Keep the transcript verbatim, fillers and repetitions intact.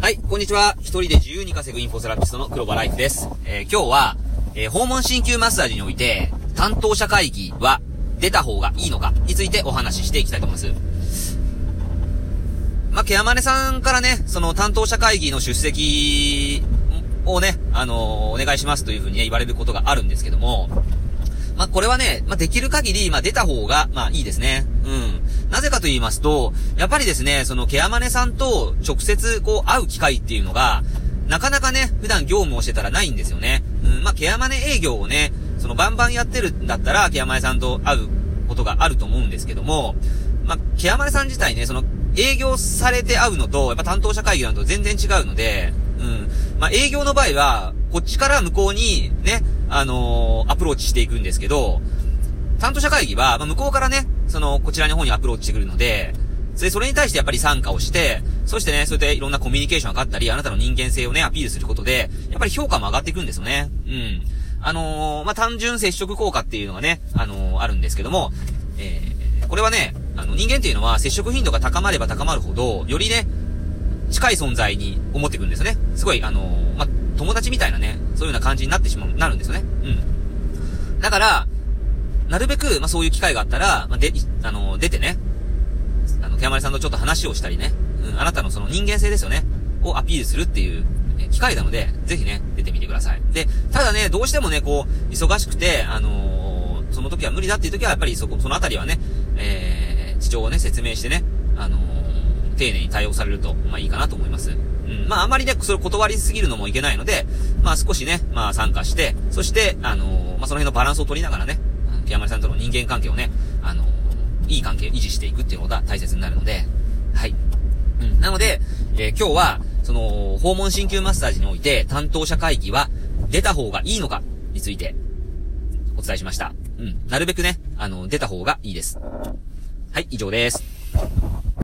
はい、こんにちは。一人で自由に稼ぐインフォセラピストの黒羽ライフです。えー、今日は、えー、訪問鍼灸マッサージにおいて、担当者会議は出た方がいいのかについてお話ししていきたいと思います。まあ、ケアマネさんからね、その担当者会議の出席をね、あのー、お願いしますというふうにね、言われることがあるんですけども、まあ、これはね、まあ、できる限り、まあ、出た方が、まあ、いいですね。うん。なぜかと言いますと、やっぱりですね、そのケアマネさんと直接こう会う機会っていうのが、なかなかね、普段業務をしてたらないんですよね。うん。まあ、ケアマネ営業をね、そのバンバンやってるんだったら、ケアマネさんと会うことがあると思うんですけども、まあ、ケアマネさん自体ね、その営業されて会うのと、やっぱ担当者会議なのと全然違うので、うん。まあ、営業の場合は、こっちから向こうにね、あのー、アプローチしていくんですけど、担当者会議は、まあ、向こうからね、その、こちらの方にアプローチしてくるので、で、それに対してやっぱり参加をして、そしてね、そうやっていろんなコミュニケーションがあったり、あなたの人間性をね、アピールすることで、やっぱり評価も上がっていくんですよね。うん。あのー、まあ、単純接触効果っていうのがね、あのー、あるんですけども、えー、これはね、あの、人間っていうのは接触頻度が高まれば高まるほど、よりね、近い存在に思ってくるんですよね。すごい、あのー、まあ、友達みたいなね、そういうような感じになってしまう、なるんですよね。うん。だから、なるべく、まあ、そういう機会があったら、まあ、で、あのー、出てね、あの、ケアマネさんとちょっと話をしたりね、うん、あなたのその人間性ですよね、をアピールするっていう、ね、機会なので、ぜひね、出てみてください。で、ただね、どうしてもね、こう、忙しくて、あのー、その時は無理だっていう時は、やっぱりそこ、そのあたりはね、えー、事情をね、説明してね、あのー、丁寧に対応されると、まあいいかなと思います。うん。まああまりね、それ断りすぎるのもいけないので、まあ少しね、まあ参加して、そして、あのー、まあその辺のバランスを取りながらね、ケアマネさんとの人間関係をね、あのー、いい関係を維持していくっていうことが大切になるので、はい。うん。なので、えー、今日は、その、訪問鍼灸マッサージにおいて、担当者会議は出た方がいいのかについて、お伝えしました。うん。なるべくね、あの、出た方がいいです。はい、以上です。